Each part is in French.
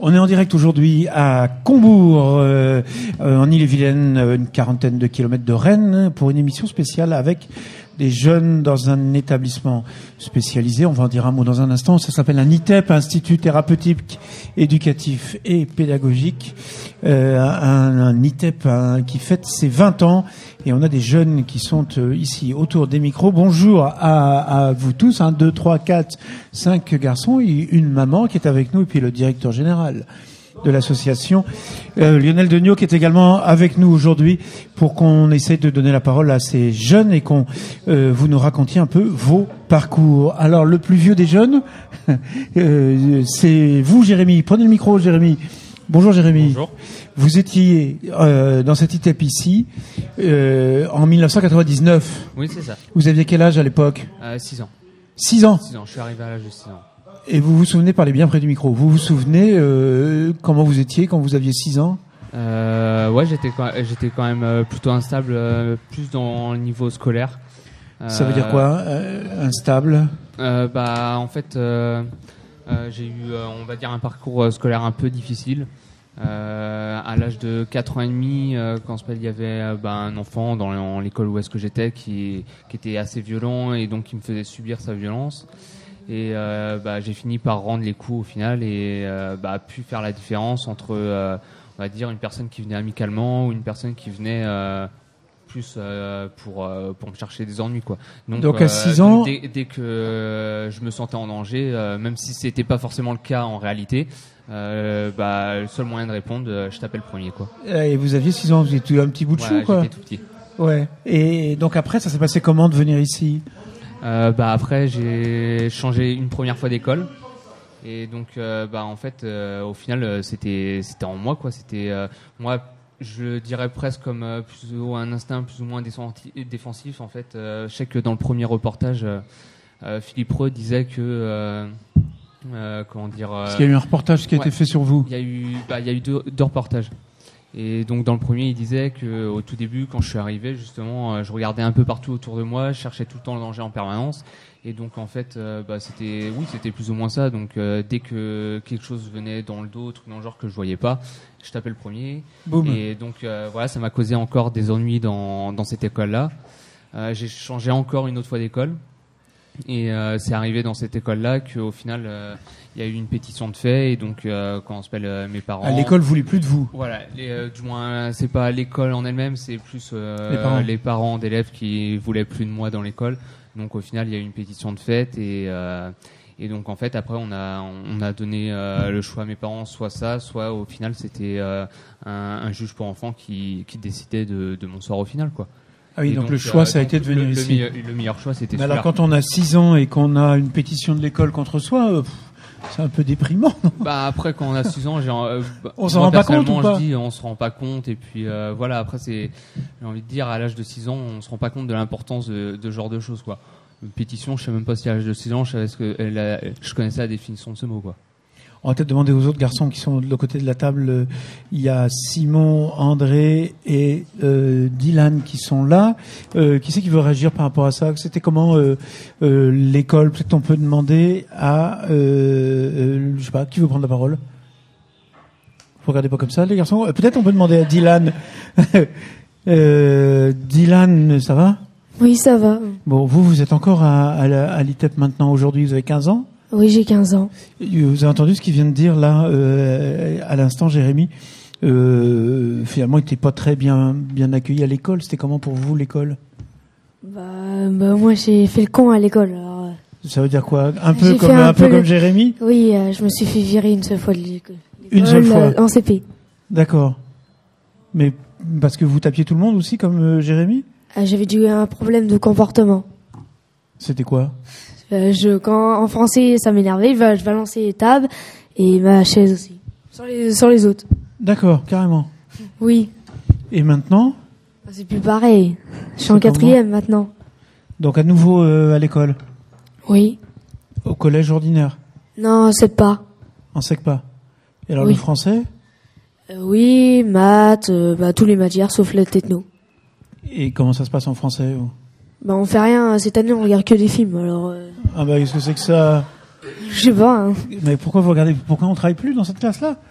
On est en direct aujourd'hui à Combourg, en Ille-et-Vilaine, une quarantaine de kilomètres de Rennes, pour une émission spéciale avec des jeunes dans un établissement spécialisé. On va en dire un mot dans un instant. Ça s'appelle un ITEP, Institut thérapeutique, éducatif et pédagogique. Un ITEP qui fête ses 20 ans. Et on a des jeunes qui sont ici autour des micros. Bonjour à vous tous. 1, 2, 3, 4, 5 garçons et une maman qui est avec nous. Et puis le directeur général de l'association, Lionel Degnaud, qui est également avec nous aujourd'hui pour qu'on essaie de donner la parole à ces jeunes et qu'on vous nous racontiez un peu vos parcours. Alors, le plus vieux des jeunes, c'est vous, Jérémy. Prenez le micro, Jérémy. Bonjour, Jérémy. Bonjour. Vous étiez dans cette ITEP ici en 1999. Oui, c'est ça. Vous aviez quel âge à l'époque? 6 ans. 6 ans. 6 ans, je suis arrivé à l'âge de 6 ans. Et vous vous souvenez, parlez bien près du micro, vous vous souvenez comment vous étiez quand vous aviez 6 ans? Ouais, j'étais quand même plutôt instable, plus dans le niveau scolaire. Ça veut dire quoi, instable? En fait, j'ai eu, on va dire, un parcours scolaire un peu difficile. À l'âge de 4 ans et demi, quand il y avait un enfant dans l'école où est-ce que j'étais qui était assez violent et donc qui me faisait subir sa violence. Et j'ai fini par rendre les coups au final et pu faire la différence entre on va dire une personne qui venait amicalement ou une personne qui venait plus pour me chercher des ennuis, quoi. Donc à 6 ans, dès que je me sentais en danger, même si c'était pas forcément le cas en réalité, le seul moyen de répondre, je tapais le premier, quoi. Et vous aviez 6 ans, vous étiez un petit bout de chou, quoi. J'étais tout petit. Ouais. Et donc après, ça s'est passé comment de venir ici? Après, j'ai changé une première fois d'école. Et donc, en fait, au final, c'était en moi, quoi. C'était moi, je dirais presque comme plutôt un instinct plus ou moins défensif. En fait, je sais que dans le premier reportage, Philippe Reux disait que comment dire. Parce qu'il y a eu un reportage qui a été fait sur vous. Il y a eu deux reportages. Et donc dans le premier, il disait que au tout début, quand je suis arrivé, justement, je regardais un peu partout autour de moi, je cherchais tout le temps le danger en permanence. Et donc en fait, c'était plus ou moins ça. Donc dès que quelque chose venait dans le dos, truc dans le genre que je voyais pas, je tapais le premier. Boum. Et donc ça m'a causé encore des ennuis dans cette école-là. J'ai changé encore une autre fois d'école. Et c'est arrivé dans cette école-là qu'au final, il y a eu une pétition de fait. Et donc, quand on s'appelle mes parents... À l'école voulait plus de vous. Voilà, du moins, c'est pas l'école en elle-même, c'est plus les parents d'élèves qui voulaient plus de moi dans l'école. Donc, au final, il y a eu une pétition de fait. Et donc, en fait, après, on a donné le choix à mes parents, soit ça, soit au final, c'était un juge pour enfants qui décidait de mon sort au final, quoi. Ah oui, donc le choix, ça a été de venir ici. Le meilleur choix, c'était celui-là. Alors, quand on a 6 ans et qu'on a une pétition de l'école contre soi, c'est un peu déprimant. Après, quand on a 6 ans, on s'en rend pas compte ou pas? Je dis, on se rend pas compte. Et puis, voilà, après, j'ai envie de dire, à l'âge de 6 ans, on se rend pas compte de l'importance de ce genre de choses, quoi. Une pétition, je sais même pas si à l'âge de 6 ans, je connaissais la définition de ce mot, quoi. On va peut-être demander aux autres garçons qui sont de l'autre côté de la table. Il y a Simon, André et Dylan qui sont là. Qui c'est qui veut réagir par rapport à ça? C'était comment l'école? Peut-être on peut demander à... je sais pas, qui veut prendre la parole? Vous regardez pas comme ça, les garçons. Peut-être on peut demander à Dylan. Dylan, ça va? Oui, ça va. Bon, vous êtes encore à l'ITEP maintenant, aujourd'hui, vous avez 15 ans? Oui, j'ai 15 ans. Vous avez entendu ce qu'il vient de dire là à l'instant, Jérémy? Finalement, il n'était pas très bien accueilli à l'école. C'était comment pour vous, l'école? Moi, j'ai fait le con à l'école. Alors, ça veut dire quoi? Un peu comme Jérémy? Oui, je me suis fait virer une seule fois de l'école. Une seule fois? En CP. D'accord. Mais parce que vous tapiez tout le monde aussi, comme Jérémy? J'avais eu un problème de comportement. C'était quoi? Quand en français ça m'énervait, je balançais les tables et ma chaise aussi sur les autres. D'accord, carrément. Oui. Et maintenant? C'est plus pareil. Je suis en 4e maintenant. Donc à nouveau à l'école? Oui. Au collège ordinaire? Non, c'est pas. En SECPA. Et alors oui. Le français? Oui, maths, tous les matières sauf le techno. Et comment ça se passe en français? On fait rien. Cette année, on regarde que des films. Alors. Qu'est-ce que c'est que ça? Je sais pas. Hein. Mais pourquoi on travaille plus dans cette classe-là?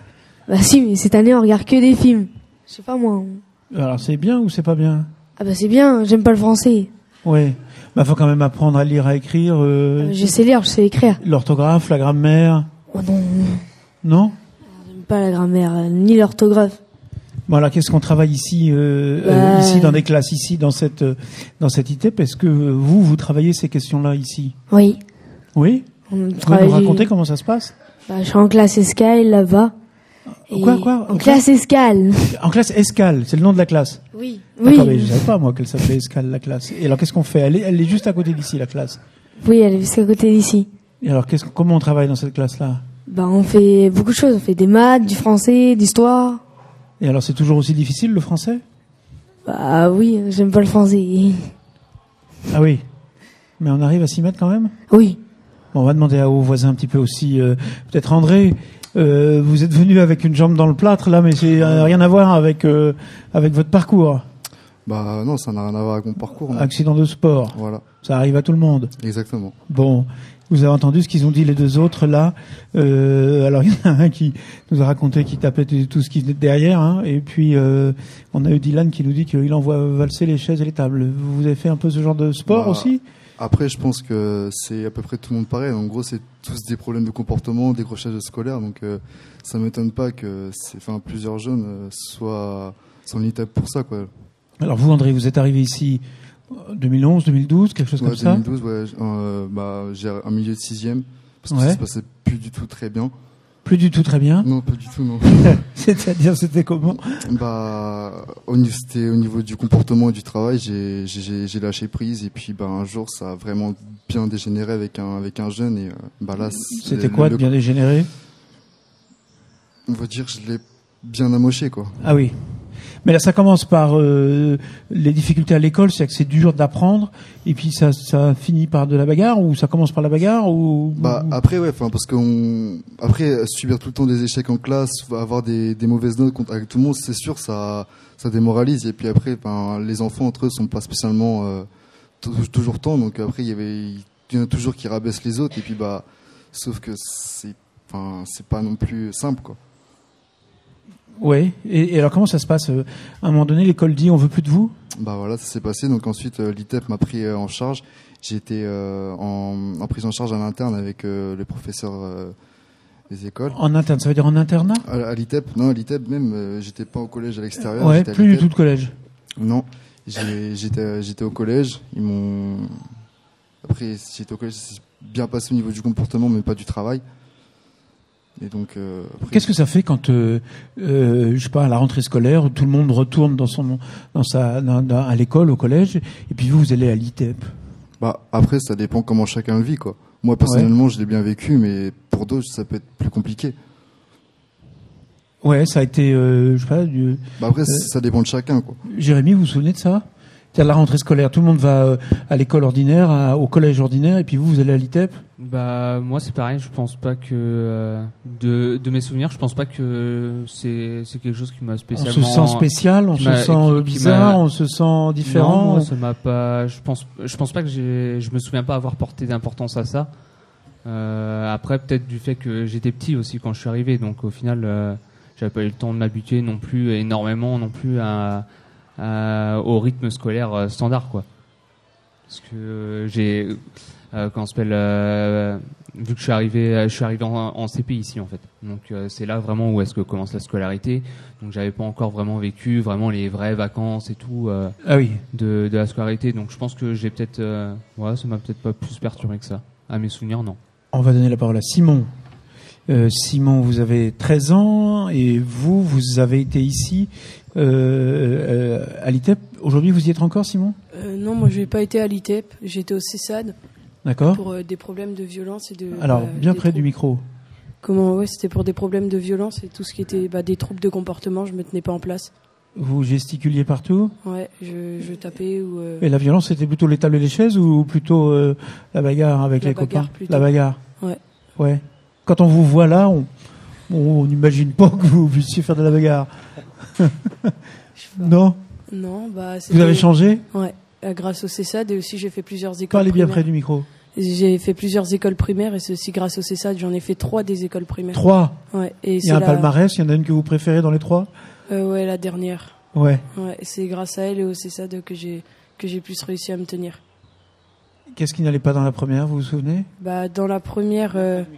Bah si, mais cette année on regarde que des films. Je sais pas moi. Alors c'est bien ou c'est pas bien? Ah bah c'est bien, j'aime pas le français. Oui. Bah faut quand même apprendre à lire, à écrire. Je sais lire, je sais écrire. L'orthographe, la grammaire. Oh non, Non? j'aime pas la grammaire, ni l'orthographe. Bon alors qu'est-ce qu'on travaille ici, ici dans des classes, ici dans cette ITEP? Est-ce que vous travaillez ces questions-là ici? Oui. Oui. On Vous pouvez nous raconter comment ça se passe? Bah, je suis en classe escale là-bas. Et Quoi en classe escale. En classe escale, c'est le nom de la classe. Oui. D'accord, mais je savais pas moi qu'elle s'appelait escale la classe. Et alors qu'est-ce qu'on fait? Elle est juste à côté d'ici la classe. Oui, elle est juste à côté d'ici. Et alors comment on travaille dans cette classe-là? Bah on fait beaucoup de choses, on fait des maths, du français, d'histoire. Et alors c'est toujours aussi difficile le français? Bah oui, j'aime pas le français. Ah oui. Mais on arrive à s'y mettre quand même? Oui. Bon, on va demander aux voisins un petit peu aussi. Peut-être André, vous êtes venu avec une jambe dans le plâtre là, mais c'est rien à voir avec votre parcours. Bah non, ça n'a rien à voir avec mon parcours. Non. Accident de sport. Voilà. Ça arrive à tout le monde. Exactement. Bon, vous avez entendu ce qu'ils ont dit les deux autres là. Alors il y en a un qui nous a raconté qu'il tapait tout ce qui venait de derrière, hein, et puis on a eu Dylan qui nous dit qu'il envoie valser les chaises et les tables. Vous avez fait un peu ce genre de sport aussi? Après, je pense que c'est à peu près tout le monde pareil. En gros, c'est tous des problèmes de comportement, décrochage scolaire. Donc, ça m'étonne pas que plusieurs jeunes soient en ITEP pour ça, quoi. Alors vous, André, vous êtes arrivé ici 2011, 2012, quelque chose comme ça? 2012, ouais. J'ai un milieu de 6e parce que ça se passait plus du tout très bien. Plus du tout très bien? Non, pas du tout, non. C'est-à-dire, c'était comment? Au niveau du comportement et du travail, j'ai lâché prise, et puis un jour ça a vraiment bien dégénéré avec un jeune, et là. C'était quoi de bien dégénéré? On va dire que je l'ai bien amoché, quoi. Ah oui. Mais là, ça commence par les difficultés à l'école, c'est-à-dire que c'est dur d'apprendre, et puis ça finit par de la bagarre, ou ça commence par la bagarre, ou... Après, ouais, parce après, subir tout le temps des échecs en classe, avoir des mauvaises notes avec tout le monde, c'est sûr, ça démoralise. Et puis après, les enfants entre eux sont pas spécialement toujours temps, donc après, il y en a toujours qui rabaissent les autres, et puis sauf que c'est pas non plus simple, quoi. Ouais. Et alors comment ça se passe? À un moment donné, l'école dit on veut plus de vous? Voilà, ça s'est passé. Donc ensuite, l'ITEP m'a pris en charge. J'ai été en prise en charge à l'interne avec les professeurs des écoles. En interne, ça veut dire en internat? À l'ITEP, non, à l'ITEP même. J'étais pas au collège à l'extérieur. Ouais, plus du tout de collège. Non, j'étais au collège. Après, j'étais au collège, c'est bien passé au niveau du comportement, mais pas du travail. Et donc, qu'est-ce que ça fait quand, je sais pas, à la rentrée scolaire, tout le monde retourne à l'école, au collège, et puis vous allez à l'ITEP? Après, ça dépend comment chacun le vit, quoi. Moi, personnellement, je l'ai bien vécu, mais pour d'autres, ça peut être plus compliqué. Ouais, ça a été, je sais pas. Après, ça dépend de chacun, quoi. Jérémy, vous vous souvenez de ça? C'est-à-dire la rentrée scolaire, tout le monde va à l'école ordinaire, au collège ordinaire, et puis vous allez à l'ITEP? Moi c'est pareil, je pense pas que de mes souvenirs, je pense pas que c'est quelque chose qui m'a spécialement. On se sent spécial, on se sent bizarre, on se sent différent. Non, moi, ça m'a pas. Je pense pas que je me souviens pas avoir porté d'importance à ça. Après peut-être du fait que j'étais petit aussi quand je suis arrivé, donc au final j'avais pas eu le temps de m'habituer non plus énormément non plus au rythme scolaire standard, quoi. Parce que j'ai vu que je suis arrivé en CP ici, en fait. Donc c'est là vraiment où est-ce que commence la scolarité. Donc j'avais pas encore vraiment vécu vraiment les vraies vacances et tout de la scolarité. Donc je pense que j'ai peut-être ça m'a peut-être pas plus perturbé que ça. À mes souvenirs, non. On va donner la parole à Simon. Simon, vous avez 13 ans et vous avez été ici à l'ITEP. Aujourd'hui, vous y êtes encore, Simon? Non, moi je n'ai pas été à l'ITEP, j'étais au CESAD. D'accord. Pour des problèmes de violence et de... Alors, bien près du micro. Ouais, c'était pour des problèmes de violence et tout ce qui était des troubles de comportement, je me tenais pas en place. Vous gesticuliez partout? Ouais, je tapais ou... Et la violence, c'était plutôt les tables et les chaises ou plutôt la bagarre avec les copains? Plutôt. La bagarre. Ouais. Ouais. Quand on vous voit là, on n'imagine pas que vous puissiez faire de la bagarre. Non? Non, Vous avez changé? Ouais, grâce au CESAD et aussi j'ai fait plusieurs écoles. Parlez bien près du micro. J'ai fait plusieurs écoles primaires et c'est aussi grâce au CESAD. J'en ai fait 3 des écoles primaires. 3. Ouais. Et Il y a un palmarès, il y en a une que vous préférez dans les 3? Ouais, la dernière. Ouais. Ouais, c'est grâce à elle et au CESAD que j'ai plus réussi à me tenir. Qu'est-ce qui n'allait pas dans la première, vous vous souvenez? Dans la première,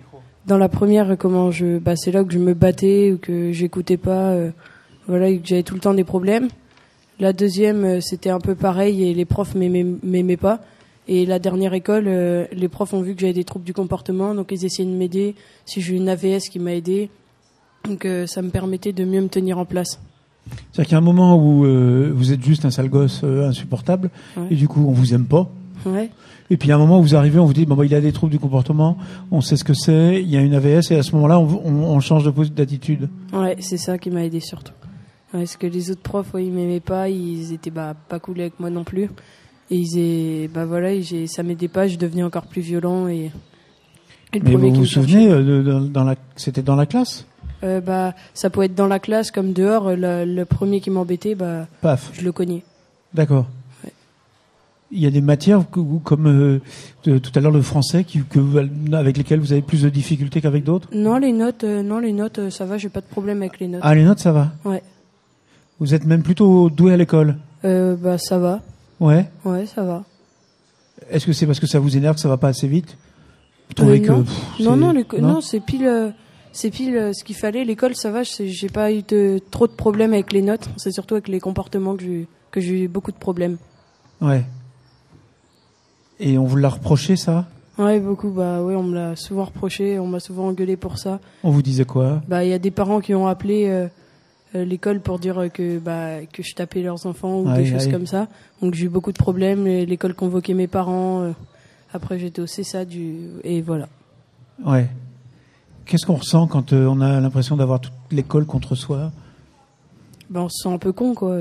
c'est là que je me battais ou que j'écoutais pas, voilà, et que j'avais tout le temps des problèmes. La deuxième, c'était un peu pareil et les profs m'aimaient pas. Et la dernière école, les profs ont vu que j'avais des troubles du comportement, donc ils essayaient de m'aider. Si j'ai une AVS qui m'a aidé, donc ça me permettait de mieux me tenir en place. C'est-à-dire qu'il y a un moment où vous êtes juste un sale gosse insupportable, Ouais. et du coup on vous aime pas. Ouais. Et puis il y a un moment où vous arrivez, on vous dit il a des troubles du comportement, on sait ce que c'est, il y a une AVS, et à ce moment-là on change d'attitude. Ouais, c'est ça qui m'a aidé surtout. Ouais, parce que les autres profs, ils m'aimaient pas, ils étaient pas cool avec moi non plus. Et ça m'aidait pas, je devenais encore plus violent et le Mais premier vous qui vous me souvenez, c'était dans la classe? ça peut être dans la classe comme dehors, le premier qui m'embêtait, Paf. je le cognais. D'accord. Ouais. Il y a des matières comme tout à l'heure le français avec lesquelles vous avez plus de difficultés qu'avec d'autres? Non, les notes, ça va, j'ai pas de problème avec les notes. Ah, les notes, ça va? Ouais. Vous êtes même plutôt doué à l'école? Ça va. Ouais. Ouais, ça va. Est-ce que c'est parce que ça vous énerve que ça va pas assez vite? Vous trouvez non. que Non, c'est pile ce qu'il fallait. L'école, ça va, j'ai pas eu trop de problèmes avec les notes. C'est surtout avec les comportements que j'ai eu beaucoup de problèmes. Ouais. Et on vous l'a reproché, ça? Ouais, beaucoup. On me l'a souvent reproché, on m'a souvent engueulé pour ça. On vous disait quoi? Il y a des parents qui ont appelé l'école pour dire que je tapais leurs enfants ou des choses comme ça. Donc j'ai eu beaucoup de problèmes. L'école convoquait mes parents. Après, j'étais au CESAD et voilà. Ouais. Qu'est-ce qu'on ressent quand on a l'impression d'avoir toute l'école contre soi? On se sent un peu con, quoi.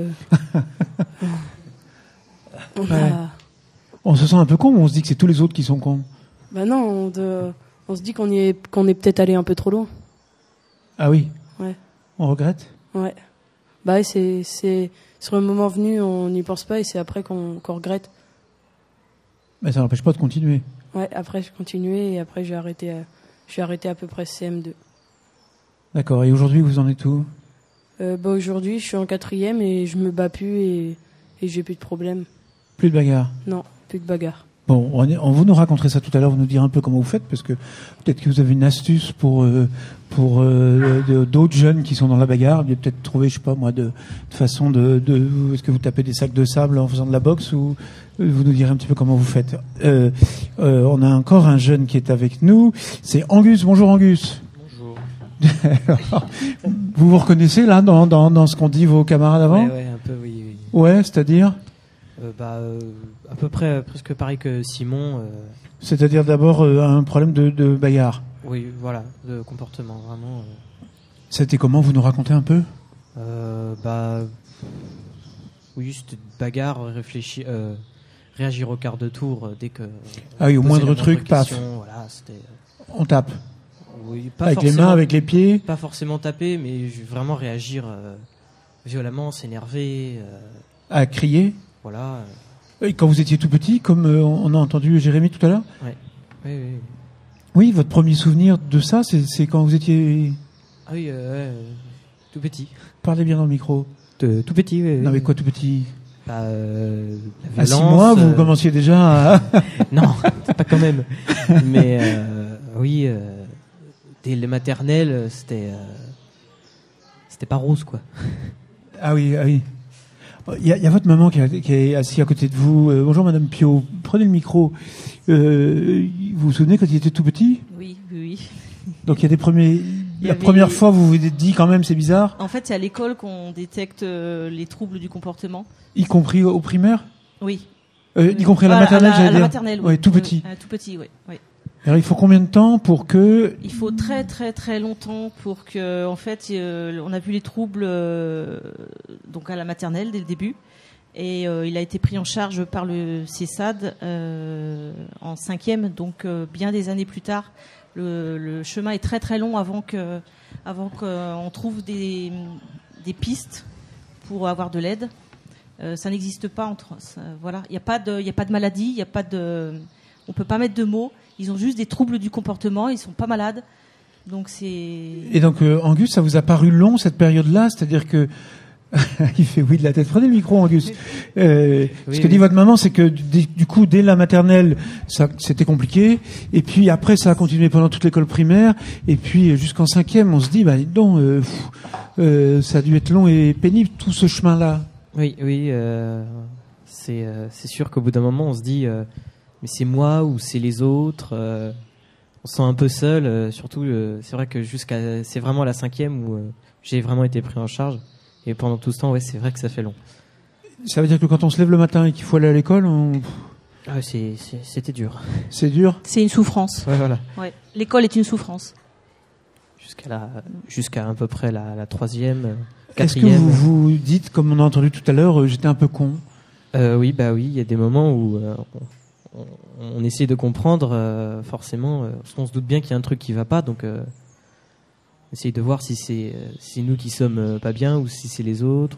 On se sent un peu con ou on se dit que c'est tous les autres qui sont cons? Non, on se dit qu'on est peut-être allé un peu trop loin. Ah oui? Ouais. On regrette? Ouais. C'est sur le moment venu, on n'y pense pas et c'est après qu'on regrette. Mais ça n'empêche pas de continuer. Ouais, après je continuais et après j'ai arrêté à peu près CM2. D'accord. Et aujourd'hui, vous en êtes où? Aujourd'hui, je suis en 4e et je me bats plus et j'ai plus de problème. Plus de bagarre? Non, plus de bagarre. Bon, on vous nous raconterez ça tout à l'heure, vous nous direz un peu comment vous faites, parce que peut-être que vous avez une astuce pour d'autres jeunes qui sont dans la bagarre. Vous avez peut-être trouvé, je sais pas moi, de façon est-ce que vous tapez des sacs de sable en faisant de la boxe, ou vous nous direz un petit peu comment vous faites. On a encore un jeune qui est avec nous, c'est Angus. Bonjour Angus. Bonjour. Alors, vous vous reconnaissez là dans ce qu'ont dit vos camarades avant? Ouais, un peu, oui. Ouais, c'est-à-dire? À peu près presque pareil que Simon. C'est-à-dire d'abord un problème de bagarre. Oui, voilà, de comportement, vraiment. C'était comment? Vous nous racontez un peu? Oui, c'était bagarre, réagir au quart de tour dès que. Ah oui, au moindre truc, paf. Voilà, c'était. On tape. Oui, pas avec les mains, avec les pieds. Pas forcément taper, mais vraiment réagir violemment, s'énerver. À crier. Voilà. Et quand vous étiez tout petit, comme on a entendu Jérémy tout à l'heure. Ouais. Oui. Oui, votre premier souvenir de ça, c'est quand vous étiez. Ah oui, tout petit. Parlez bien dans le micro. Tout petit, oui. Non, mais quoi tout petit? La violence, à 6 mois, vous commenciez déjà à... Non, pas quand même. Mais oui, dès les maternelles, c'était pas rose, quoi. Ah oui. Il y a votre maman qui est assise à côté de vous. Bonjour Madame Pio, prenez le micro. Vous vous souvenez quand il était tout petit? Oui. Donc il y a des premiers... première fois, vous vous êtes dit quand même c'est bizarre? En fait, c'est à l'école qu'on détecte les troubles du comportement. Y compris au primaire? Oui. Y compris à la maternelle, j'allais dire. À la maternelle, oui. Ouais, tout petit. Tout petit, oui. Alors il faut combien de temps pour que... Il faut très très très longtemps pour que, en fait, on a vu les troubles donc à la maternelle dès le début. Et il a été pris en charge par le CESAD en 5e, donc bien des années plus tard. Le chemin est très très long avant qu'on trouve des pistes pour avoir de l'aide. Ça n'existe pas voilà. Il n'y a pas de maladie, il n'y a pas de. On peut pas mettre de mots. Ils ont juste des troubles du comportement. Ils sont pas malades. Donc c'est. Et donc, Angus, ça vous a paru long cette période-là? C'est-à-dire que il fait oui de la tête. Prenez le micro, Angus. Ce que dit votre maman, c'est que du coup, dès la maternelle, ça, c'était compliqué. Et puis après, ça a continué pendant toute l'école primaire. Et puis jusqu'en 5e, on se dit, bah, dis donc, ça a dû être long et pénible tout ce chemin-là. Oui, c'est sûr qu'au bout d'un moment, on se dit, mais c'est moi ou c'est les autres. On se sent un peu seul. Surtout, c'est vrai que c'est vraiment à la 5e où j'ai vraiment été pris en charge. Et pendant tout ce temps, ouais, c'est vrai que ça fait long. Ça veut dire que quand on se lève le matin et qu'il faut aller à l'école, c'était dur. C'est dur. C'est une souffrance. Ouais, voilà. Ouais. L'école est une souffrance. Jusqu'à à peu près la 3e, 4e. Est-ce que vous dites, comme on a entendu tout à l'heure, j'étais un peu con? Oui, il y a des moments où on essaie de comprendre, forcément, parce qu'on se doute bien qu'il y a un truc qui va pas, donc on essaye de voir si c'est nous qui sommes pas bien ou si c'est les autres.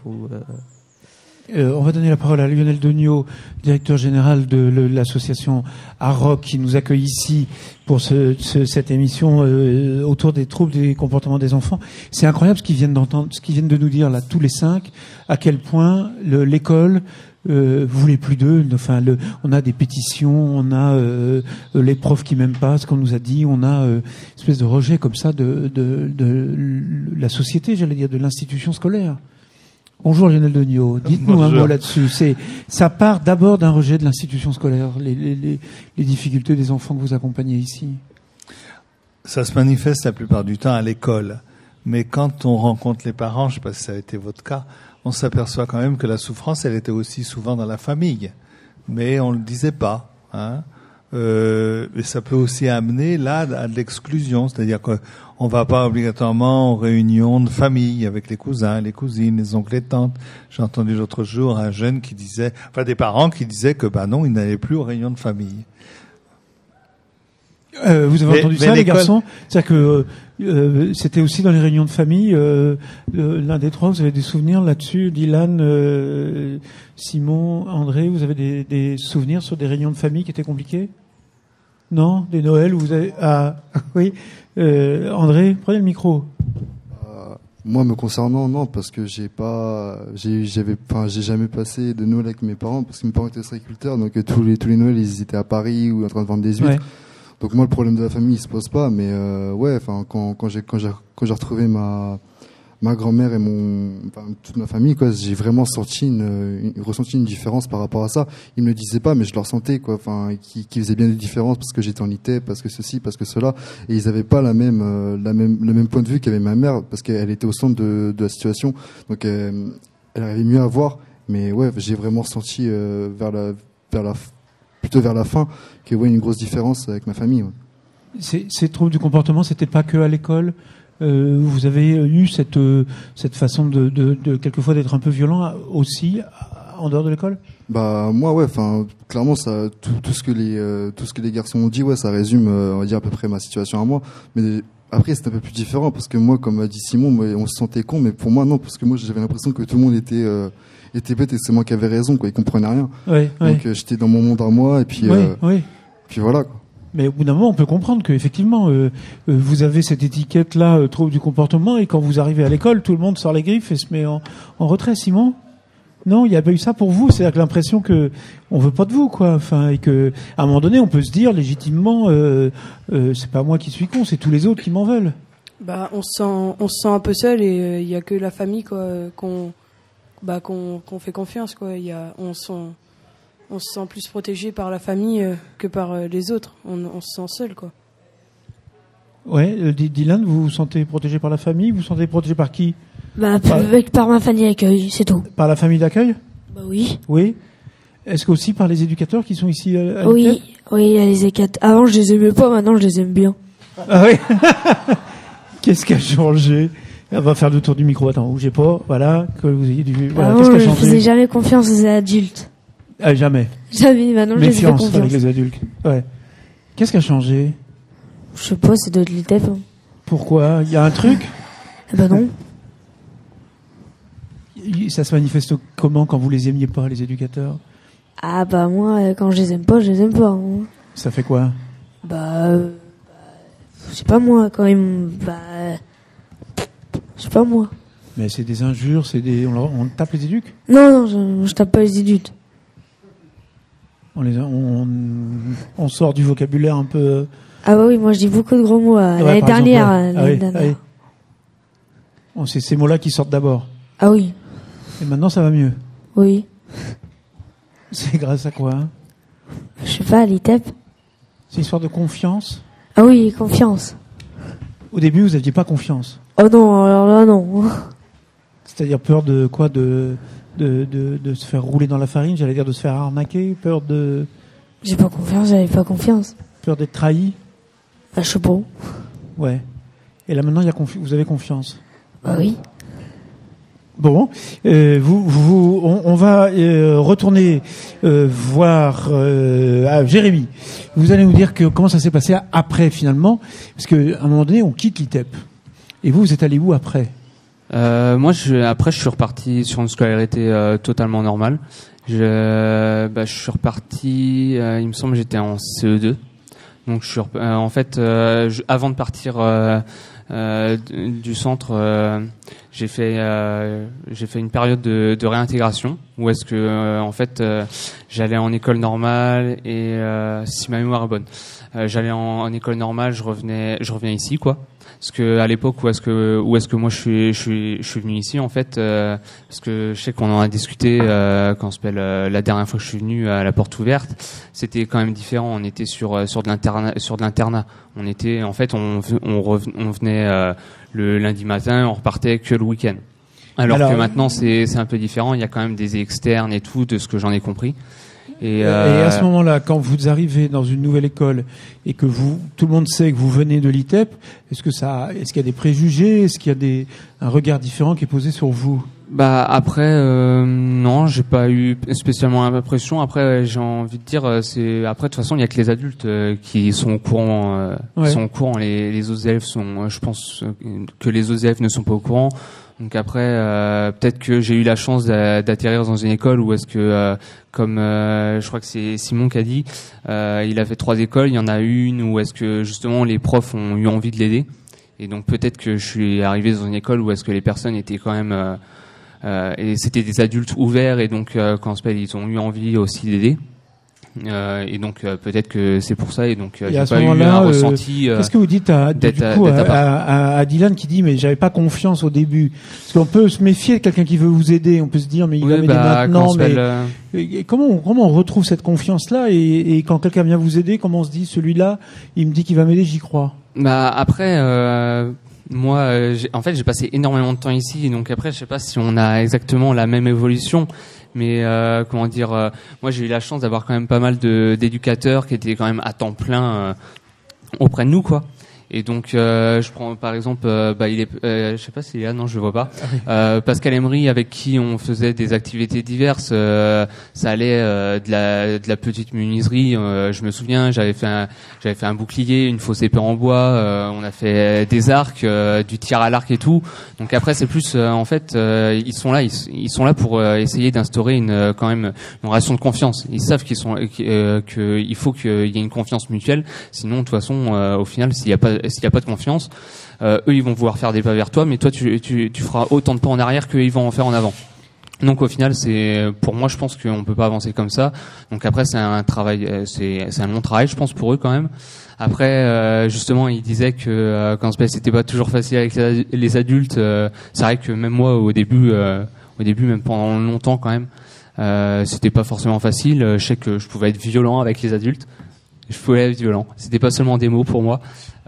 On va donner la parole à Lionel Degnaud, directeur général de l'association AROC, qui nous accueille ici pour cette émission autour des troubles des comportements des enfants. C'est incroyable ce qu'ils viennent de nous dire là, tous les 5, à quel point l'école voulait plus d'eux. Enfin, on a des pétitions, on a les profs qui m'aiment pas, ce qu'on nous a dit, on a une espèce de rejet comme ça de la société, j'allais dire, de l'institution scolaire. Bonjour Lionel Degnaud, dites-nous un mot là-dessus. Ça part d'abord d'un rejet de l'institution scolaire, les difficultés des enfants que vous accompagnez ici. Ça se manifeste la plupart du temps à l'école, mais quand on rencontre les parents, je ne sais pas si ça a été votre cas, on s'aperçoit quand même que la souffrance, elle était aussi souvent dans la famille, mais on le disait pas, hein. Et ça peut aussi amener là à de l'exclusion, c'est-à-dire qu'on va pas obligatoirement aux réunions de famille avec les cousins, les cousines, les oncles et tantes. J'ai entendu l'autre jour un jeune qui disait, des parents qui disaient que non, ils n'allaient plus aux réunions de famille. Vous avez entendu ça, les garçons? C'est-à-dire que c'était aussi dans les réunions de famille. L'un des trois, vous avez des souvenirs là-dessus? Dylan, Simon, André, vous avez des souvenirs sur des réunions de famille qui étaient compliquées? Non? Des Noëls où vous avez... Ah, oui. André, prenez le micro. Moi, me concernant, non, parce que j'ai jamais passé de Noël avec mes parents, parce que mes parents étaient agriculteurs, donc tous les Noëls, ils étaient à Paris ou en train de vendre des huîtres. Ouais. Donc moi, le problème de la famille, il se pose pas, mais quand j'ai retrouvé ma grand-mère et toute ma famille, quoi, j'ai vraiment ressenti une différence par rapport à ça. Ils me le disaient pas, mais je le ressentais, quoi, qui faisaient bien des différences parce que j'étais en ITEP, parce que ceci, parce que cela, et ils avaient pas le même point de vue qu'avait ma mère, parce qu'elle était au centre de la situation, donc elle arrivait mieux à voir, mais ouais, j'ai vraiment ressenti plutôt vers la fin, qu'il y a une grosse différence avec ma famille. Ouais. Ces troubles du comportement, c'était pas que à l'école. Vous avez eu cette façon de quelquefois d'être un peu violent aussi en dehors de l'école? Moi, ouais. Clairement, ça, tout ce que les garçons ont dit, ouais, ça résume, on va dire à peu près ma situation à moi. Mais après, c'est un peu plus différent parce que moi, comme a dit Simon, on se sentait con, mais pour moi, non, parce que moi, j'avais l'impression que tout le monde était bête et c'est moi qui avais raison, quoi. Ils comprenaient rien. Oui, donc j'étais dans mon monde à moi et puis puis voilà, quoi. Mais au bout d'un moment, on peut comprendre que effectivement, vous avez cette étiquette-là, trouble du comportement, et quand vous arrivez à l'école, tout le monde sort les griffes et se met en retrait. Simon, non, il n'y a pas eu ça pour vous. C'est-à-dire que l'impression que on veut pas de vous, quoi. Et que à un moment donné, on peut se dire légitimement, c'est pas moi qui suis con, c'est tous les autres qui m'en veulent. On se sent un peu seul et il y a que la famille, quoi, qu'on fait confiance, quoi. On se sent plus protégé par la famille que par les autres. On se sent seul, quoi. Ouais, Dylan, vous vous sentez protégé par la famille? Vous vous sentez protégé par qui? Par ma famille d'accueil, c'est tout. Par la famille d'accueil? Oui. Oui. Est-ce qu'aussi par les éducateurs qui sont ici à Oui, les éducateurs. Avant, je les aimais pas, maintenant, je les aime bien. Ah oui. Qu'est-ce qui a changé? On va faire le tour du micro. Attends, bougez pas. Voilà, que vous ayez du... Voilà, avant, qu'est-ce qui a changé? je faisais jamais confiance aux adultes. Ah, jamais. Jamais, maintenant je les fais confiance. Avec les adultes. Ouais. Qu'est-ce qui a changé? Je sais pas, c'est de l'ITEP. Hein. Pourquoi? Il y a un truc? Non. Ça se manifeste comment quand vous les aimiez pas, les éducateurs? Moi, quand je les aime pas, je les aime pas. Hein. Ça fait quoi? Je sais pas moi, quand même, je sais pas moi. Mais c'est des injures, on tape les éduques? Non, je tape pas les adultes. On sort du vocabulaire un peu. Ah bah oui, moi je dis beaucoup de gros mots l'année par exemple, dernière. ouais. Ah oui. C'est ces mots-là qui sortent d'abord. Ah oui, Et maintenant ça va mieux. oui. C'est grâce à quoi, hein? Je sais pas, l'ITEP. C'est une histoire de confiance. Ah oui, confiance. Au début, vous n'aviez pas confiance. Oh non, alors là non. C'est-à-dire peur de quoi? De se faire rouler dans la farine, j'allais dire de se faire arnaquer, peur J'ai pas confiance, j'avais pas confiance. peur d'être trahi. Je sais pas. Ouais. Et là maintenant, vous avez confiance. Bah oui. Bon, on va retourner voir Jérémy. Vous allez nous dire comment ça s'est passé après finalement, parce qu'à un moment donné, on quitte l'ITEP. Et vous êtes allé où après? Moi, après, je suis reparti sur une scolarité totalement normale. Je suis reparti. Il me semble que j'étais en CE2. Donc, en fait, avant de partir du centre, j'ai fait une période de réintégration où est-ce que en fait j'allais en école normale et si ma mémoire est bonne, j'allais en école normale, je revenais ici quoi. Parce que à l'époque où est-ce que moi je suis venu ici en fait, parce que je sais qu'on en a discuté quand on s'appelle la dernière fois que je suis venu à la porte ouverte, c'était quand même différent. On était sur de l'internat. On était en fait on venait le lundi matin, on repartait que le week-end. Alors que maintenant c'est un peu différent. Il y a quand même des externes et tout, de ce que j'en ai compris. Et à ce moment-là, quand vous arrivez dans une nouvelle école et que tout le monde sait que vous venez de l'ITEP, est-ce qu'il y a des préjugés, est-ce qu'il y a un regard différent qui est posé sur vous? Après non, j'ai pas eu spécialement l'impression. Après j'ai envie de dire de toute façon il y a que les adultes qui sont au courant. Ouais. Sont au courant. Les autres élèves je pense que les autres élèves ne sont pas au courant. Donc après, peut-être que j'ai eu la chance d'atterrir dans une école où est-ce que, comme je crois que c'est Simon qui a dit, il a fait 3 écoles, il y en a une où est-ce que justement les profs ont eu envie de l'aider. Et donc peut-être que je suis arrivé dans une école où est-ce que les personnes étaient quand même, et c'était des adultes ouverts et donc ils ont eu envie aussi d'aider. Et donc peut-être que c'est pour ça et donc j'ai pas eu un ressenti. Qu'est-ce que vous dites à Dylan qui dit mais j'avais pas confiance au début, parce qu'on peut se méfier de quelqu'un qui veut vous aider, on peut se dire mais il va m'aider maintenant, mais comment on retrouve cette confiance là et quand quelqu'un vient vous aider, comment on se dit celui-là il me dit qu'il va m'aider, j'y crois? Après moi j'ai passé énormément de temps ici et donc après je sais pas si on a exactement la même évolution. Mais moi j'ai eu la chance d'avoir quand même pas mal d'éducateurs qui étaient quand même à temps plein auprès de nous quoi. Et donc je prends par exemple je sais pas s'il est là, non je le vois pas. Pascal Emery avec qui on faisait des activités diverses, ça allait de la petite menuiserie, je me souviens, j'avais fait un bouclier, une fausse épée en bois, on a fait des arcs, du tir à l'arc et tout. Donc après c'est plus ils sont là pour essayer d'instaurer quand même une relation de confiance. Ils savent qu'il faut qu'il y ait une confiance mutuelle, sinon de toute façon au final s'il y a pas de confiance, eux ils vont vouloir faire des pas vers toi, mais toi tu feras autant de pas en arrière qu'ils vont en faire en avant. Donc au final pour moi je pense qu'on peut pas avancer comme ça. Donc après c'est un travail, c'est un long travail je pense pour eux quand même. Après justement il disait que quand c'était pas toujours facile avec les adultes. C'est vrai que même moi au début même pendant longtemps quand même, c'était pas forcément facile. Je sais que je pouvais être violent avec les adultes. Je pouvais être violent. C'était pas seulement des mots pour moi.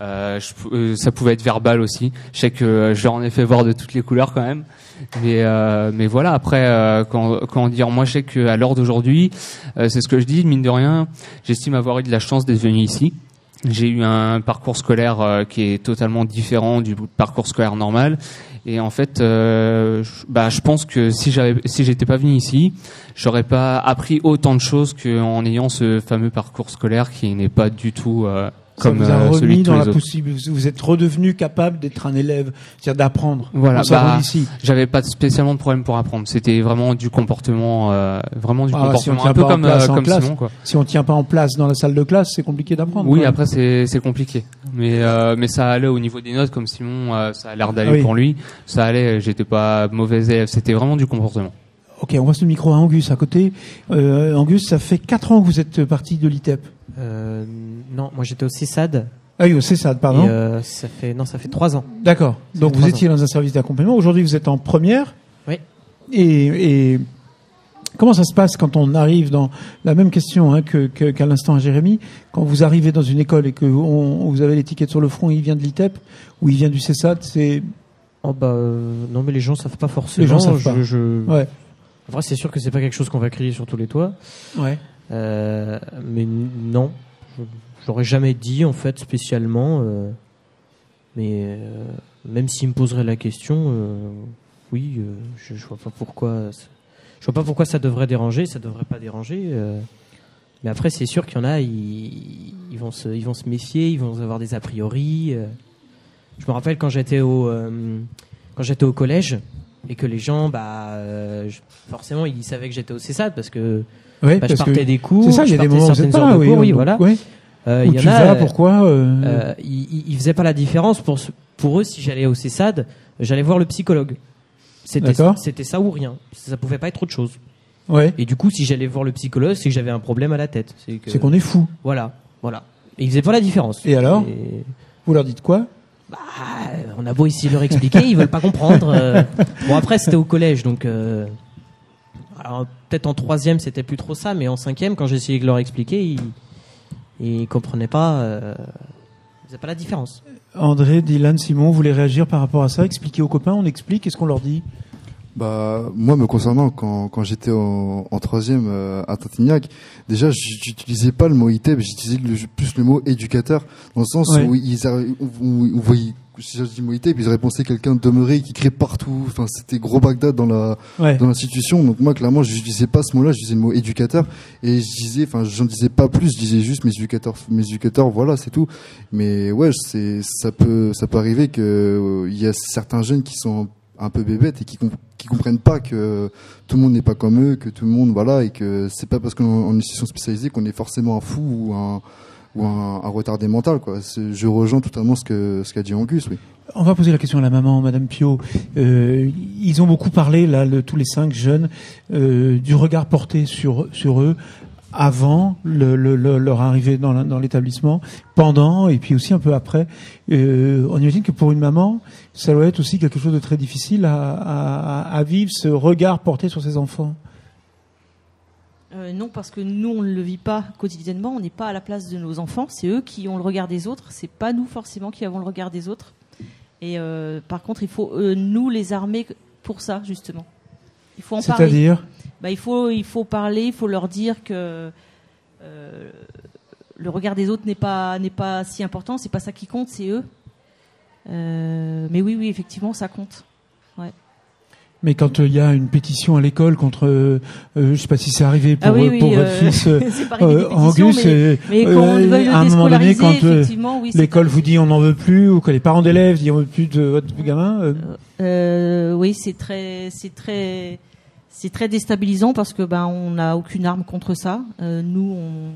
Ça pouvait être verbal aussi. Je sais que je leur en ai fait voir de toutes les couleurs quand même. Mais voilà. Après, quand dire, moi je sais qu'à l'heure d'aujourd'hui, c'est ce que je dis. Mine de rien, j'estime avoir eu de la chance d'être venu ici. J'ai eu un parcours scolaire qui est totalement différent du parcours scolaire normal. Et en fait, je pense que si j'étais pas venu ici, j'aurais pas appris autant de choses qu'en ayant ce fameux parcours scolaire qui n'est pas du tout Ça comme vous a celui remis de tous dans les la autres. possibilité. Vous êtes redevenu capable d'être un élève, c'est-à-dire d'apprendre. Voilà, On s'en bah, rend ici. j'avais pas spécialement de problème pour apprendre. C'était vraiment du comportement, Si on tient un peu pas en comme place en comme classe, Simon, quoi. Si on tient pas en place dans la salle de classe, c'est compliqué d'apprendre. Oui, quoi. après c'est compliqué, mais ça allait au niveau des notes, comme Simon, ça a l'air d'aller Ah oui. pour lui. Ça allait, j'étais pas mauvais élève. C'était vraiment du comportement. Ok, on passe le micro à Angus à côté. Angus, ça fait 4 ans que vous êtes parti de l'ITEP. Non, moi j'étais au CESAD. Ah oui, c'est ça, pardon. Et, ça fait 3 ans. D'accord. Donc fait vous 3 étiez dans un service d'accompagnement. Aujourd'hui, vous êtes en première. Oui. Et comment ça se passe quand on arrive dans la même question qu'à l'instant à Jérémy, quand vous arrivez dans une école et que vous avez l'étiquette sur le front, il vient de l'ITEP ou il vient du CESAD, c'est... Oh non, mais les gens savent pas forcément. Les gens savent pas. Ouais. En vrai, c'est sûr que c'est pas quelque chose qu'on va crier sur tous les toits. Ouais. Mais non, j'aurais jamais dit en fait spécialement. Mais même s'il me poserait la question, oui, je vois pas pourquoi. Je vois pas pourquoi ça devrait déranger. Ça devrait pas déranger. Mais après, c'est sûr qu'il y en a, ils vont se méfier, ils vont avoir des a priori. Je me rappelle quand j'étais au collège et que les gens, forcément, ils savaient que j'étais au CESAD parce que je partais des cours. C'est ça, il y a des moments où vous êtes pas là, oui, voilà. Ouais. Où tu vas, pourquoi ils faisaient pas la différence pour eux. Si j'allais au CESAD, j'allais voir le psychologue. C'était ça ou rien. Ça pouvait pas être autre chose. Ouais. Et du coup, si j'allais voir le psychologue, c'est que j'avais un problème à la tête. C'est qu'on est fou. Voilà. Et ils faisaient pas la différence. Et alors vous leur dites quoi? On a beau essayer de leur expliquer, ils veulent pas comprendre. Bon, après, c'était au collège, donc alors, peut-être en 3e, c'était plus trop ça, mais en 5e, quand j'ai essayé de leur expliquer, ils comprenaient pas. Ils faisaient pas la différence. André, Dylan, Simon, vous voulez réagir par rapport à ça? Expliquer aux copains, on explique, qu'est-ce qu'on leur dit? Moi, me concernant, quand j'étais en 3e à Tintignac, déjà, j'utilisais pas le mot ITEP, j'utilisais plus le mot éducateur, dans le sens où vous voyez, si je dis mot ITEP, ils auraient pensé quelqu'un demeuré qui criait partout. Enfin, c'était gros Bagdad dans l'institution. Donc moi, clairement, je n'utilisais pas ce mot-là, je disais le mot éducateur, et j'en disais pas plus, je disais juste mes éducateurs, voilà, c'est tout. Mais ouais, ça peut arriver que il y a certains jeunes qui sont un peu bébêtes et qui comprennent pas que tout le monde n'est pas comme eux, que tout le monde, voilà, et que c'est pas parce qu'on est en institution spécialisée qu'on est forcément un fou ou un retardé mental, quoi. Je rejoins totalement ce qu'a dit Angus, oui. On va poser la question à la maman, Madame Pio. Ils ont beaucoup parlé, là, tous les 5 jeunes, du regard porté sur eux avant leur arrivée dans l'établissement, pendant et puis aussi un peu après. On imagine que pour une maman, ça doit être aussi quelque chose de très difficile à vivre, ce regard porté sur ses enfants. Non, parce que nous, on ne le vit pas quotidiennement, on n'est pas à la place de nos enfants, c'est eux qui ont le regard des autres, c'est pas nous forcément qui avons le regard des autres. Et par contre, il faut nous les armer pour ça, justement. Il faut en parler. C'est-à-dire ? Il faut parler, il faut leur dire que le regard des autres n'est pas si important, c'est pas ça qui compte, c'est eux. Mais oui, effectivement, ça compte. Ouais. Mais quand il y a une pétition à l'école contre, je sais pas si c'est arrivé pour votre fils Angus, mais quand on veut le à un moment donné, quand l'école vous dit on n'en veut plus, ou que les parents d'élèves disent on veut plus de votre gamin, oui, c'est très déstabilisant parce que on n'a aucune arme contre ça. Nous,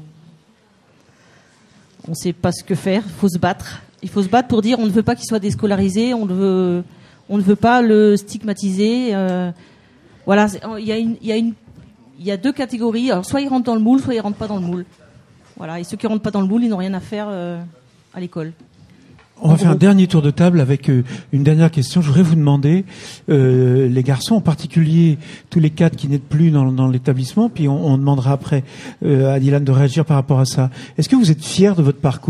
on sait pas ce que faire. Il faut se battre pour dire on ne veut pas qu'il soit déscolarisé, on ne veut pas le stigmatiser. Voilà, il y a 2 catégories. Alors soit ils rentrent dans le moule, soit ils rentrent pas dans le moule. Voilà, et ceux qui rentrent pas dans le moule, ils n'ont rien à faire à l'école. On va faire un dernier tour de table avec une dernière question. Je voudrais vous demander, les garçons en particulier, tous les 4 qui n'êtes plus dans l'établissement, puis on demandera après à Dylan de réagir par rapport à ça. Est-ce que vous êtes fiers de votre parcours ?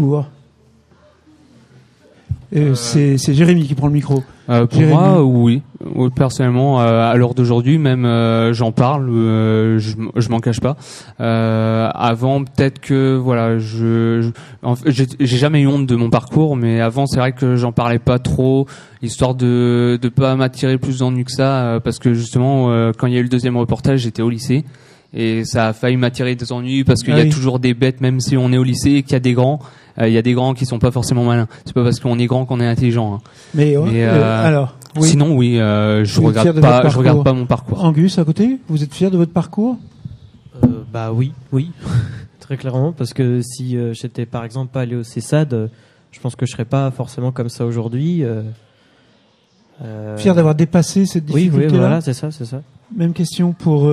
C'est Jérémy qui prend le micro. Pour moi, oui. Personnellement, à l'heure d'aujourd'hui, même j'en parle, je m'en cache pas. Avant, peut-être que voilà, j'ai jamais eu honte de mon parcours, mais avant, c'est vrai que j'en parlais pas trop, histoire de pas m'attirer plus d'ennuis que ça, parce que justement, quand il y a eu le 2e reportage, j'étais au lycée. Et ça a failli m'attirer des ennuis parce qu'il Ah y a oui. toujours des bêtes, même si on est au lycée et qu'il y a des grands. Il y a des grands qui sont pas forcément malins. C'est pas parce qu'on est grand qu'on est intelligent. Hein. Mais alors, oui. Sinon, oui, je Vous êtes fier de votre je regarde parcours pas mon parcours. Angus, à côté, vous êtes fier de votre parcours? Bah oui, très clairement, parce que si j'étais par exemple pas allé au CESAD, je pense que je serais pas forcément comme ça aujourd'hui. Fier d'avoir dépassé cette Oui, difficulté-là. voilà, c'est ça. Même question pour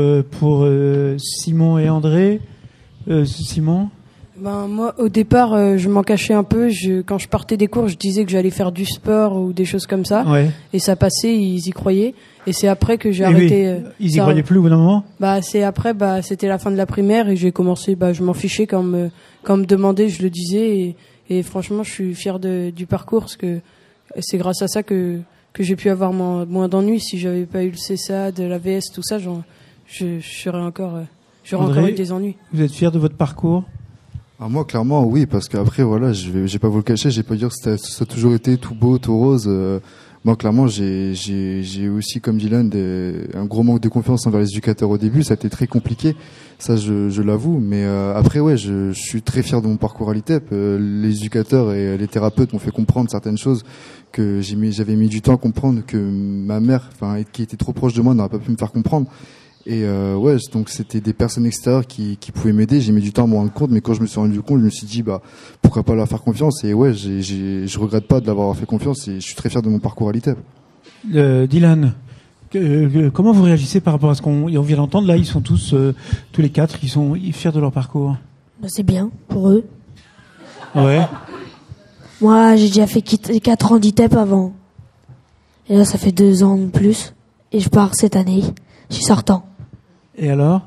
Simon et André. Simon? Ben moi, au départ, je m'en cachais un peu. Quand je partais des cours, je disais que j'allais faire du sport ou des choses comme ça. Ouais. Et ça passait, ils y croyaient. Et c'est après que j'ai Et arrêté. oui, ils y ça. croyaient plus au bout d'un moment? Bah c'est après, c'était la fin de la primaire et j'ai commencé. Je m'en fichais quand on me demandait, je le disais. Et franchement, je suis fier du parcours parce que c'est grâce à ça que j'ai pu avoir moins d'ennuis. Si j'avais pas eu le CESAD, la VS, tout ça, j'aurais encore eu des ennuis. Vous êtes fier de votre parcours? Moi, clairement, oui, parce qu'après, voilà, j'ai pas vous le cacher, j'ai pas dire que ça a toujours été tout beau, tout rose. Moi, clairement, j'ai aussi, comme Dylan, un gros manque de confiance envers les éducateurs au début. Ça a été très compliqué, ça, je l'avoue. Mais après, ouais, je suis très fier de mon parcours à l'ITEP. Les éducateurs et les thérapeutes m'ont fait comprendre certaines choses que j'avais mis du temps à comprendre, que ma mère, qui était trop proche de moi, n'aurait pas pu me faire comprendre. Et ouais, donc c'était des personnes extérieures qui pouvaient m'aider. J'ai mis du temps à me rendre compte, mais quand je me suis rendu compte, je me suis dit pourquoi pas leur faire confiance. Et ouais, je regrette pas de l'avoir fait confiance et je suis très fier de mon parcours à l'ITEP. Dylan, comment vous réagissez par rapport à ce qu'on vient d'entendre? Là, ils sont tous les quatre, ils sont fiers de leur parcours. C'est bien pour eux. Ouais. Moi, j'ai déjà fait 4 ans d'ITEP avant. Et là, ça fait 2 ans de plus. Et je pars cette année. Je suis sortant. Et alors?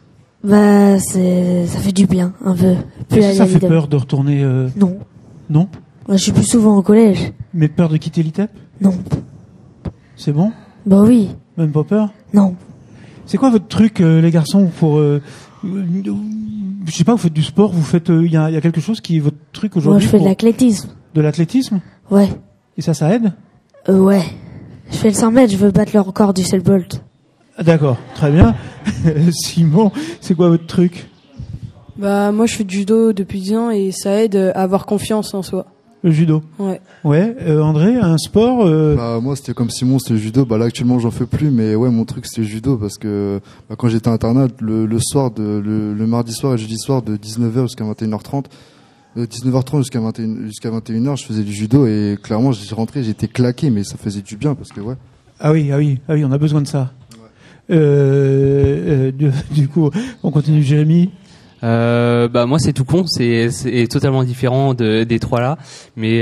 Ça fait du bien, un peu. Est-ce que ça fait peur de retourner Non. Non? Moi, je suis plus souvent au collège. Mais peur de quitter l'ITEP? Non. C'est bon? Bah oui. Même pas peur? Non. C'est quoi votre truc, les garçons, pour... je sais pas, vous faites du sport, vous faites... Il y a quelque chose qui est votre truc aujourd'hui? Moi, je fais de l'athlétisme. De l'athlétisme? Ouais. Et ça aide? Ouais. Je fais le 100 mètres, je veux battre le record du Usain Bolt. D'accord, très bien. Simon, c'est quoi votre truc? Moi, je fais du judo depuis 10 ans et ça aide à avoir confiance en soi. Le judo? Ouais. Ouais, André, un sport Moi, c'était comme Simon, c'était le judo. Là, actuellement, j'en fais plus, mais ouais, mon truc, c'était le judo parce que quand j'étais à internat, le soir, le mardi soir et le jeudi soir, de 19h jusqu'à 21h30, 19h30 jusqu'à 21h, je faisais du judo et clairement, j'ai rentré, j'étais claqué, mais ça faisait du bien parce que ouais. Ah oui, on a besoin de ça. Du coup, on continue, Jérémy. Moi c'est tout con, c'est totalement différent des trois là, mais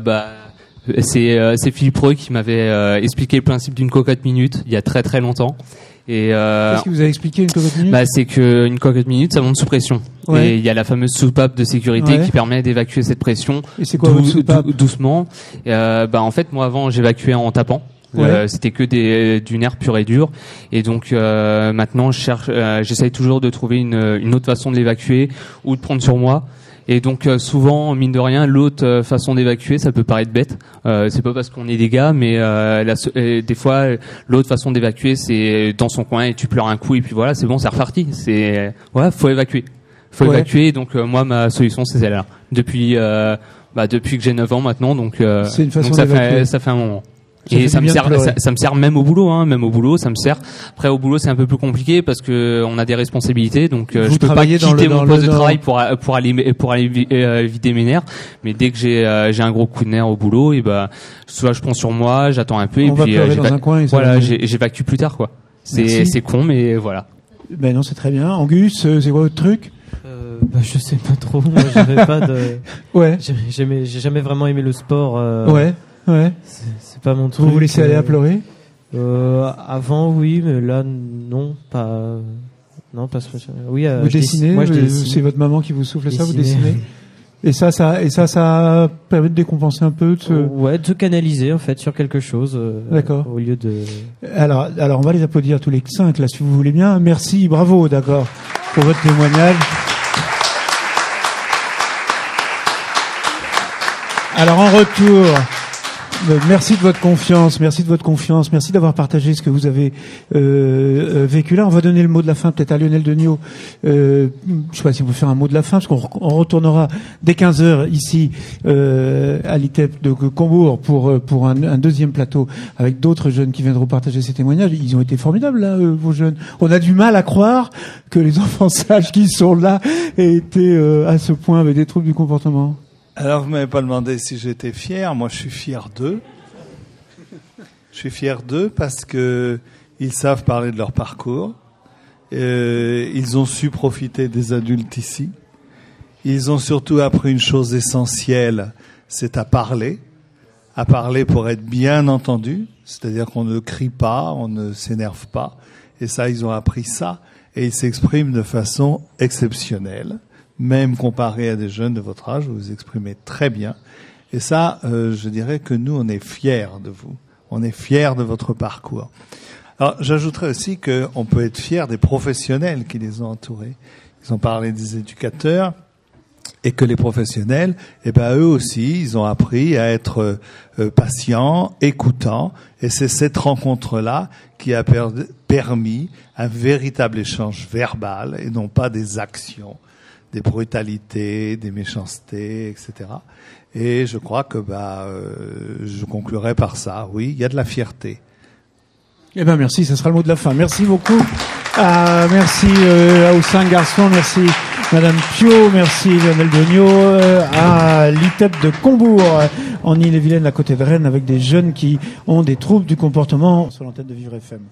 c'est Philippe Reux qui m'avait expliqué le principe d'une cocotte minute il y a très très longtemps. Et qu'est-ce que vous avez expliqué, une cocotte minute? C'est que une cocotte minute, ça monte sous pression. Ouais. Et il y a la fameuse soupape de sécurité qui permet d'évacuer cette pression. Et c'est quoi votre soupape? Doucement. En fait, moi avant, j'évacuais en tapant. Ouais. C'était que du nerf pur et dur, et donc maintenant j'essaye toujours de trouver une autre façon de l'évacuer ou de prendre sur moi. Et donc souvent, mine de rien, l'autre façon d'évacuer, ça peut paraître bête. C'est pas parce qu'on est des gars, mais des fois, l'autre façon d'évacuer, c'est dans son coin et tu pleures un coup et puis voilà, c'est bon, c'est reparti. Faut évacuer. Faut évacuer. Donc moi, ma solution, c'est celle-là. Depuis que j'ai 9 ans maintenant, donc c'est une façon donc ça fait un moment. Et ça me sert même au boulot, ça me sert. Après au boulot c'est un peu plus compliqué parce que on a des responsabilités, donc je peux pas quitter mon poste de travail pour aller vider mes nerfs. Mais dès que j'ai un gros coup de nerf au boulot, et soit je prends sur moi, j'attends un peu et puis j'évacue plus tard quoi. C'est con mais voilà. Ben non, c'est très bien. Angus, c'est quoi votre truc? Je sais pas trop. Moi j'avais pas de. Ouais. J'ai jamais vraiment aimé le sport. Ouais. C'est pas mon truc. Vous laissez aller à pleurer? Avant, oui, mais là, non, pas. Non, pas spécialement. Oui, vous dessinez? Moi, je dessine. C'est votre maman qui vous souffle ça, vous dessinez? Et ça permet de décompenser un peu, de se canaliser, en fait, sur quelque chose. D'accord. Au lieu de. Alors, on va les applaudir tous les 5, là, si vous voulez bien. Merci, bravo, d'accord, pour votre témoignage. Alors, en retour, Merci de votre confiance, merci d'avoir partagé ce que vous avez vécu là. On va donner le mot de la fin peut-être à Lionel Degnaud. Je sais pas si on peut faire un mot de la fin, parce qu'on retournera dès 15h ici à l'ITEP de Combourg pour un deuxième plateau avec d'autres jeunes qui viendront partager ces témoignages. Ils ont été formidables là, vos jeunes. On a du mal à croire que les enfants sages qui sont là aient été à ce point avec des troubles du comportement. Alors, vous m'avez pas demandé si j'étais fier. Moi, je suis fier d'eux. Je suis fier d'eux parce que ils savent parler de leur parcours. Ils ont su profiter des adultes ici. Ils ont surtout appris une chose essentielle, c'est à parler pour être bien entendu. C'est-à-dire qu'on ne crie pas, on ne s'énerve pas. Et ça, ils ont appris ça. Et ils s'expriment de façon exceptionnelle. Même comparé à des jeunes de votre âge, vous vous exprimez très bien. Et ça, je dirais que nous, on est fiers de vous. On est fiers de votre parcours. Alors, j'ajouterais aussi qu'on peut être fier des professionnels qui les ont entourés. Ils ont parlé des éducateurs, et que les professionnels, eux aussi, ils ont appris à être patients, écoutants. Et c'est cette rencontre-là qui a permis un véritable échange verbal, et non pas des actions, des brutalités, des méchancetés, etc. Et je crois que je conclurai par ça. Oui, il y a de la fierté. Merci, ça sera le mot de la fin. Merci beaucoup. Merci aux 5 garçons, merci Madame Pio, merci Lionel Degnaud, à l'ITEP de Combourg, en Ille-et-Vilaine, à côté de Rennes, avec des jeunes qui ont des troubles du comportement sur l'antenne de Vivre FM.